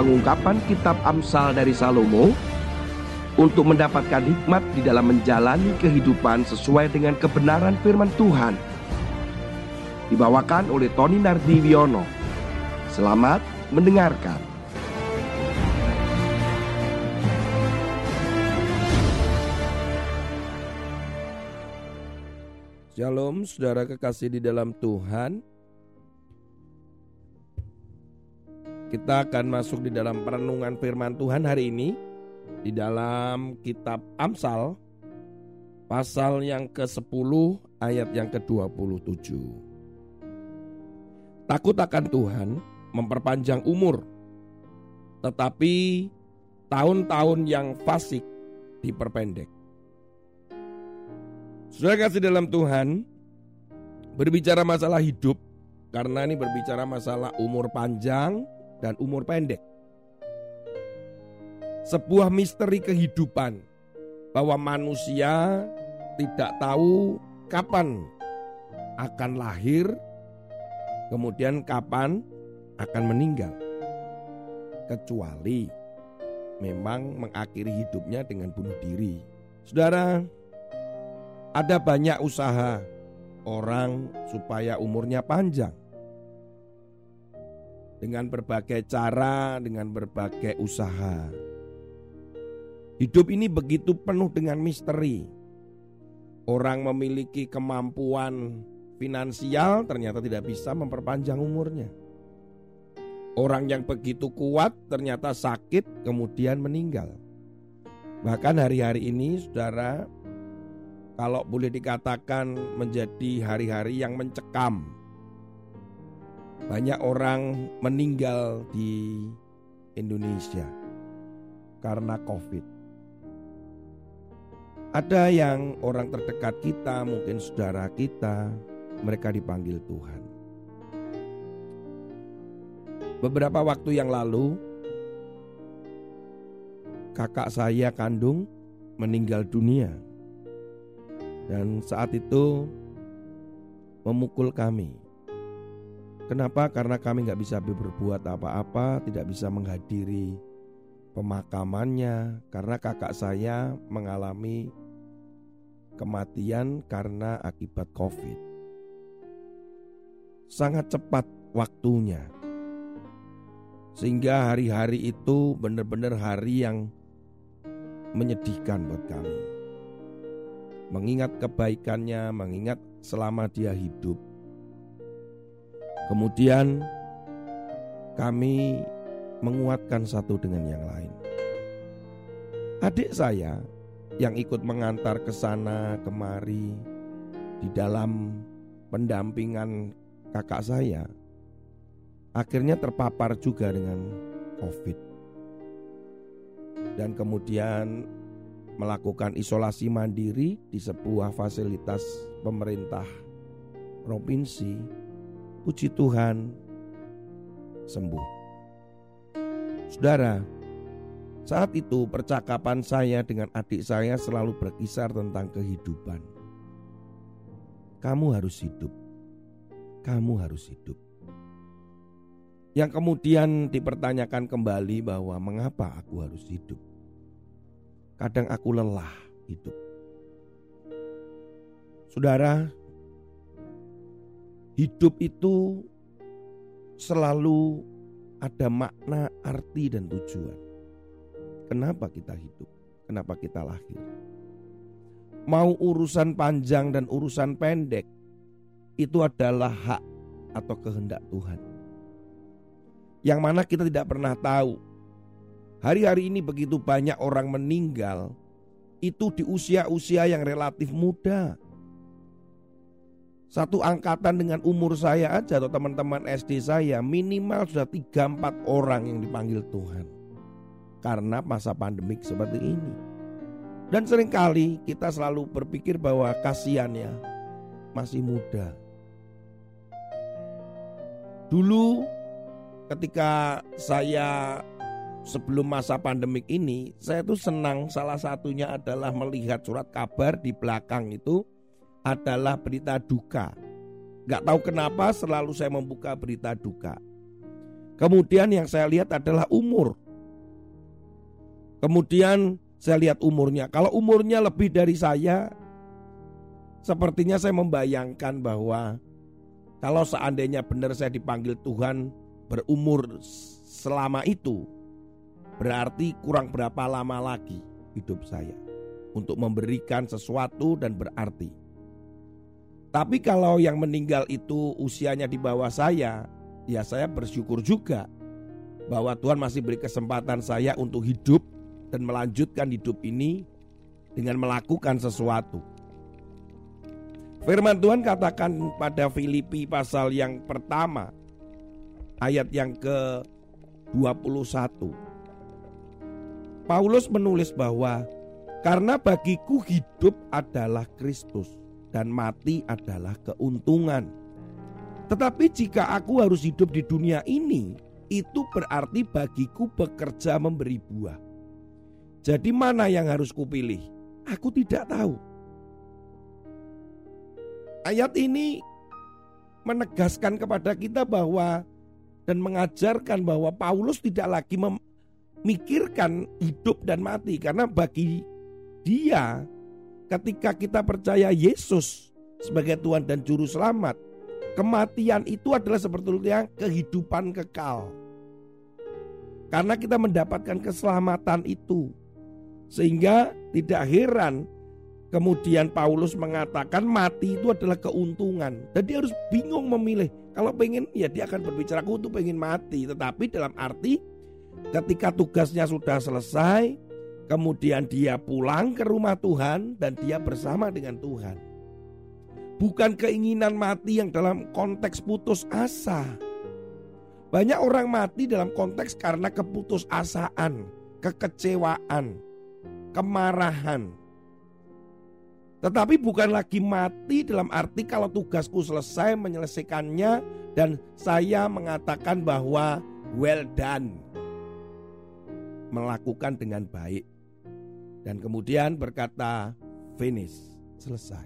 pengungkapan kitab Amsal dari Salomo untuk mendapatkan hikmat di dalam menjalani kehidupan sesuai dengan kebenaran firman Tuhan. Dibawakan oleh Tony Nardiwiono. Selamat mendengarkan. Shalom saudara kekasih di dalam Tuhan. Kita akan masuk di dalam perenungan firman Tuhan hari ini di dalam kitab Amsal pasal yang ke-10 ayat yang ke-27. Takut akan Tuhan memperpanjang umur, tetapi tahun-tahun yang fasik diperpendek. Saudara kasih dalam Tuhan, berbicara masalah hidup, karena ini berbicara masalah umur panjang dan umur pendek. Sebuah misteri kehidupan, bahwa manusia tidak tahu kapan akan lahir, kemudian kapan akan meninggal. Kecuali memang mengakhiri hidupnya dengan bunuh diri. Saudara, ada banyak usaha orang supaya umurnya panjang. Dengan berbagai cara, dengan berbagai usaha. Hidup ini begitu penuh dengan misteri. Orang memiliki kemampuan finansial ternyata tidak bisa memperpanjang umurnya. Orang yang begitu kuat ternyata sakit kemudian meninggal. Bahkan hari-hari ini saudara, kalau boleh dikatakan menjadi hari-hari yang mencekam. Banyak orang meninggal di Indonesia karena COVID. Ada yang orang terdekat kita, mungkin saudara kita, mereka dipanggil Tuhan. Beberapa waktu yang lalu, kakak saya kandung meninggal dunia. Dan saat itu memukul kami. Kenapa? Karena kami gak bisa berbuat apa-apa, tidak bisa menghadiri pemakamannya. Karena kakak saya mengalami kematian karena akibat COVID. Sangat cepat waktunya. Sehingga hari-hari itu benar-benar hari yang menyedihkan buat kami. Mengingat kebaikannya, mengingat selama dia hidup. Kemudian kami menguatkan satu dengan yang lain. Adik saya yang ikut mengantar ke sana kemari di dalam pendampingan kakak saya, akhirnya terpapar juga dengan COVID. Dan kemudian melakukan isolasi mandiri di sebuah fasilitas pemerintah provinsi. Puji Tuhan, sembuh. Saudara, saat itu percakapan saya dengan adik saya selalu berkisar tentang kehidupan. Kamu harus hidup. Kamu harus hidup. Yang kemudian dipertanyakan kembali bahwa mengapa aku harus hidup? Kadang aku lelah hidup. Saudara, hidup itu selalu ada makna, arti dan tujuan. Kenapa kita hidup? Kenapa kita lahir? Mau urusan panjang dan urusan pendek, itu adalah hak atau kehendak Tuhan. Yang mana kita tidak pernah tahu. Hari-hari ini begitu banyak orang meninggal, itu di usia-usia yang relatif muda. Satu angkatan dengan umur saya aja atau teman-teman SD saya, minimal sudah 3-4 orang yang dipanggil Tuhan. Karena masa pandemik seperti ini. Dan seringkali kita selalu berpikir bahwa kasihannya masih muda. Dulu ketika saya sebelum masa pandemik ini, saya tuh senang, salah satunya adalah melihat surat kabar di belakang itu adalah berita duka. Gak tahu kenapa selalu saya membuka berita duka. Kemudian yang saya lihat adalah umur. Kemudian saya lihat umurnya. Kalau umurnya lebih dari saya, sepertinya saya membayangkan bahwa kalau seandainya benar saya dipanggil Tuhan berumur selama itu, berarti kurang berapa lama lagi hidup saya untuk memberikan sesuatu dan berarti. Tapi kalau yang meninggal itu usianya di bawah saya, ya saya bersyukur juga bahwa Tuhan masih beri kesempatan saya untuk hidup dan melanjutkan hidup ini dengan melakukan sesuatu. Firman Tuhan katakan pada Filipi pasal yang pertama ayat yang ke-21. Paulus menulis bahwa karena bagiku hidup adalah Kristus dan mati adalah keuntungan. Tetapi jika aku harus hidup di dunia ini, itu berarti bagiku bekerja memberi buah. Jadi mana yang harus kupilih? Aku tidak tahu. Ayat ini menegaskan kepada kita bahwa dan mengajarkan bahwa Paulus tidak lagi memikirkan hidup dan mati. Karena bagi dia ketika kita percaya Yesus sebagai Tuhan dan Juru Selamat, kematian itu adalah sebetulnya kehidupan kekal. Karena kita mendapatkan keselamatan itu. Sehingga tidak heran kemudian Paulus mengatakan mati itu adalah keuntungan. Dan dia harus bingung memilih. Kalau pengen ya dia akan berbicara aku tuh pengen mati. Tetapi dalam arti ketika tugasnya sudah selesai, kemudian dia pulang ke rumah Tuhan dan dia bersama dengan Tuhan. Bukan keinginan mati yang dalam konteks putus asa. Banyak orang mati dalam konteks karena keputusasaan, kekecewaan, kemarahan. Tetapi bukan lagi mati dalam arti kalau tugasku selesai menyelesaikannya dan saya mengatakan bahwa well done, melakukan dengan baik. Dan kemudian berkata finish, selesai.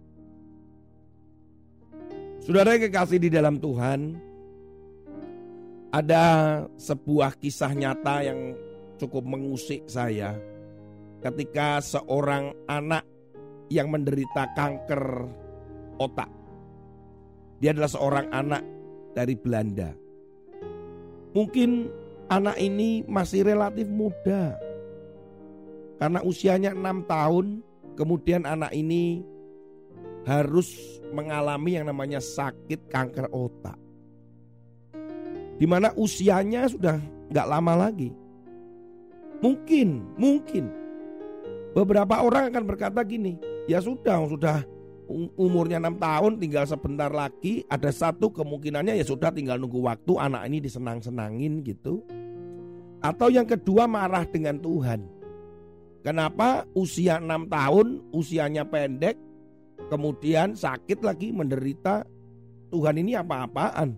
Saudara yang kekasih di dalam Tuhan, ada sebuah kisah nyata yang cukup mengusik saya. Ketika seorang anak yang menderita kanker otak. Dia adalah seorang anak dari Belanda. Mungkin anak ini masih relatif muda. Karena usianya 6 tahun, kemudian anak ini harus mengalami yang namanya sakit kanker otak. Di mana usianya sudah gak lama lagi. Mungkin beberapa orang akan berkata gini, ya sudah umurnya 6 tahun tinggal sebentar lagi, ada satu kemungkinannya ya sudah tinggal nunggu waktu anak ini disenang-senangin gitu. Atau yang kedua marah dengan Tuhan. Kenapa usia 6 tahun, usianya pendek, kemudian sakit lagi, menderita, Tuhan ini apa-apaan.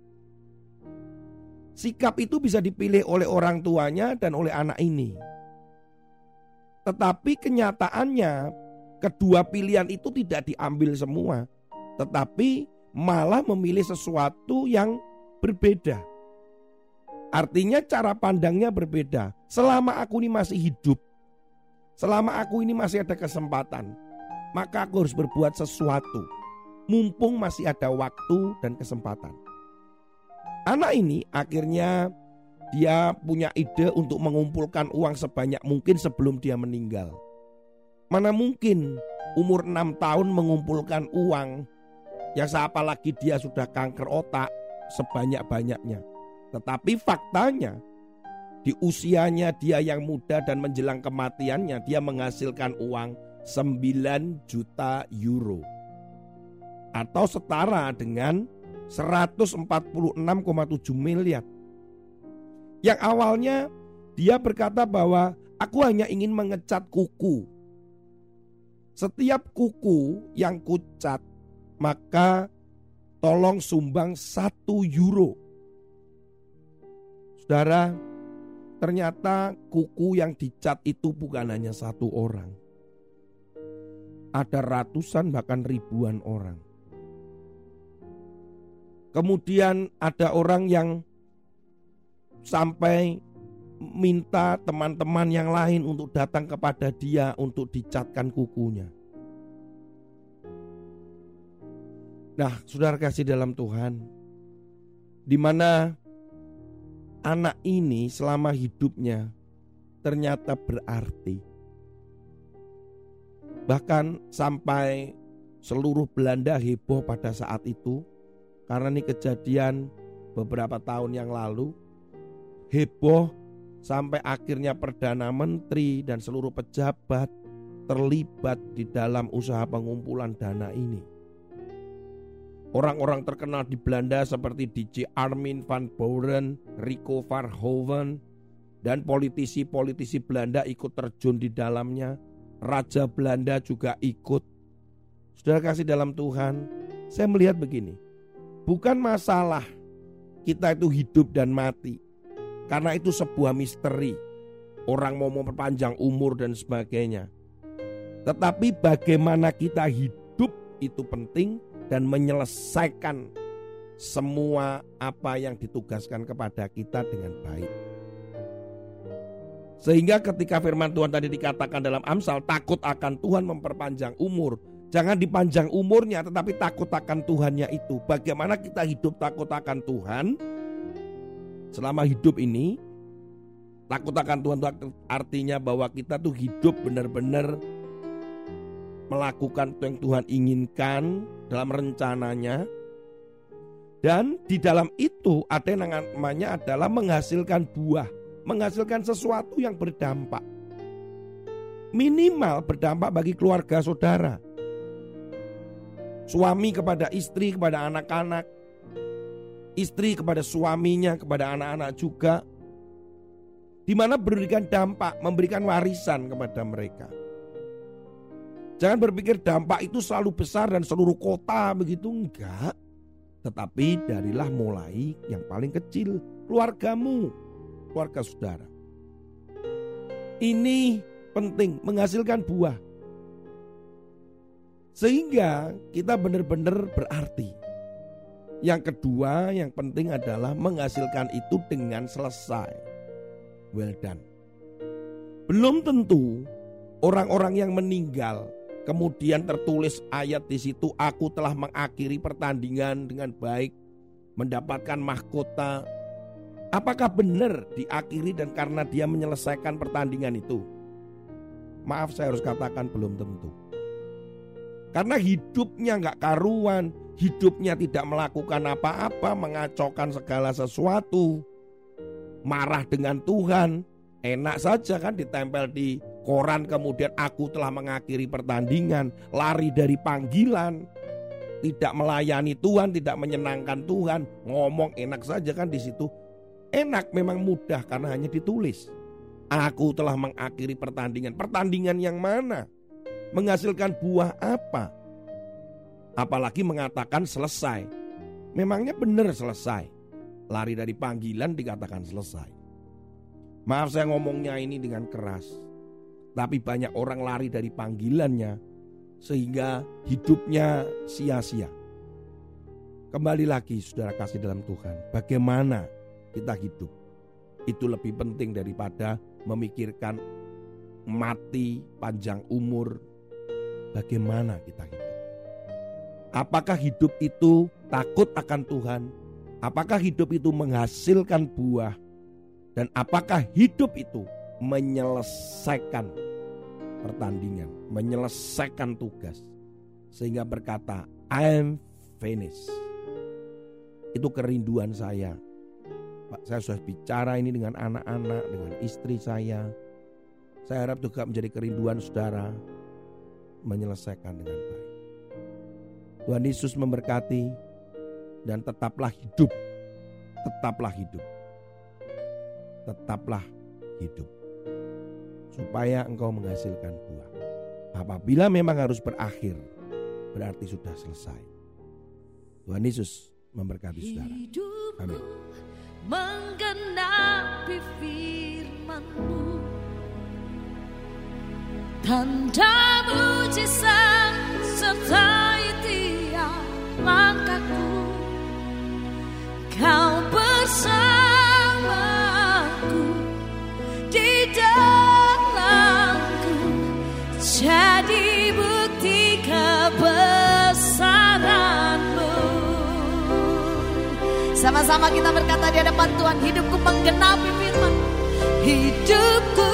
Sikap itu bisa dipilih oleh orang tuanya dan oleh anak ini. Tetapi kenyataannya kedua pilihan itu tidak diambil semua, tetapi malah memilih sesuatu yang berbeda. Artinya cara pandangnya berbeda. Selama aku ini masih hidup, selama aku ini masih ada kesempatan, maka aku harus berbuat sesuatu. Mumpung masih ada waktu dan kesempatan. Anak ini akhirnya dia punya ide untuk mengumpulkan uang sebanyak mungkin sebelum dia meninggal. Mana mungkin umur 6 tahun mengumpulkan uang, yang apalagi dia sudah kanker otak sebanyak-banyaknya. Tetapi faktanya di usianya dia yang muda dan menjelang kematiannya, dia menghasilkan uang 9 juta euro. Atau setara dengan 146,7 miliar. Yang awalnya dia berkata bahwa aku hanya ingin mengecat kuku. Setiap kuku yang kucat maka tolong sumbang 1 euro. Saudara, ternyata kuku yang dicat itu bukan hanya 1 orang. Ada ratusan bahkan ribuan orang. Kemudian ada orang yang sampai minta teman-teman yang lain untuk datang kepada dia untuk dicatkan kukunya. Nah, saudara kasih dalam Tuhan, di mana anak ini selama hidupnya ternyata berarti. Bahkan sampai seluruh Belanda heboh pada saat itu, karena ini kejadian beberapa tahun yang lalu. Heboh sampai akhirnya Perdana Menteri dan seluruh pejabat terlibat di dalam usaha pengumpulan dana ini. Orang-orang terkenal di Belanda seperti DJ Armin van Buuren, Rico Verhoeven, dan politisi-politisi Belanda ikut terjun di dalamnya. Raja Belanda juga ikut. Saudara kasih dalam Tuhan, saya melihat begini, bukan masalah kita itu hidup dan mati, karena itu sebuah misteri. Orang mau memperpanjang umur dan sebagainya. Tetapi bagaimana kita hidup itu penting, dan menyelesaikan semua apa yang ditugaskan kepada kita dengan baik. Sehingga ketika firman Tuhan tadi dikatakan dalam Amsal, takut akan Tuhan memperpanjang umur. Jangan dipanjang umurnya, tetapi takut akan Tuhannya itu. Bagaimana kita hidup takut akan Tuhan selama hidup ini? Takut akan Tuhan itu artinya bahwa kita tuh hidup benar-benar melakukan yang Tuhan inginkan dalam rencananya. Dan di dalam itu ada yang namanya adalah menghasilkan buah, menghasilkan sesuatu yang berdampak. Minimal berdampak bagi keluarga saudara. Suami kepada istri, kepada anak-anak. Istri kepada suaminya, kepada anak-anak juga. Di mana memberikan dampak, memberikan warisan kepada mereka. Jangan berpikir dampak itu selalu besar dan seluruh kota begitu, enggak. Tetapi darilah mulai yang paling kecil, keluargamu, keluarga saudara. Ini penting, menghasilkan buah. Sehingga kita benar-benar berarti. Yang kedua yang penting adalah menghasilkan itu dengan selesai. Well done. Belum tentu orang-orang yang meninggal kemudian tertulis ayat di situ, aku telah mengakhiri pertandingan dengan baik, mendapatkan mahkota. Apakah benar diakhiri dan karena dia menyelesaikan pertandingan itu? Maaf, saya harus katakan belum tentu. Karena hidupnya gak karuan, hidupnya tidak melakukan apa-apa, mengacaukan segala sesuatu, marah dengan Tuhan. Enak saja kan ditempel di koran kemudian aku telah mengakhiri pertandingan, lari dari panggilan, tidak melayani Tuhan, tidak menyenangkan Tuhan, ngomong enak saja kan di situ. Enak, memang mudah karena hanya ditulis. Aku telah mengakhiri pertandingan. Pertandingan yang mana? Menghasilkan buah apa? Apalagi mengatakan selesai. Memangnya benar selesai? Lari dari panggilan dikatakan selesai. Maaf saya ngomongnya ini dengan keras, tapi banyak orang lari dari panggilannya sehingga hidupnya sia-sia. Kembali lagi saudara kasih dalam Tuhan, bagaimana kita hidup itu lebih penting daripada memikirkan mati, panjang umur. Bagaimana kita hidup? Apakah hidup itu takut akan Tuhan? Apakah hidup itu menghasilkan buah? Dan apakah hidup itu menyelesaikan pertandingan, menyelesaikan tugas, sehingga berkata, I'm finished. Itu kerinduan saya. Pak, saya sudah bicara ini dengan anak-anak, dengan istri saya. Saya harap juga menjadi kerinduan saudara, menyelesaikan dengan baik. Tuhan Yesus memberkati, dan tetaplah hidup. Tetaplah hidup. Tetaplah hidup. Supaya engkau menghasilkan buah. Apabila memang harus berakhir, berarti sudah selesai. Tuhan Yesus memberkati saudara. Amin. Menggenapi firman-Mu, tanda mujizat sertai tiap langkahku. Kau bersama Sama-sama kita berkata di hadapan Tuhan, hidupku menggenapi firman. Hidupku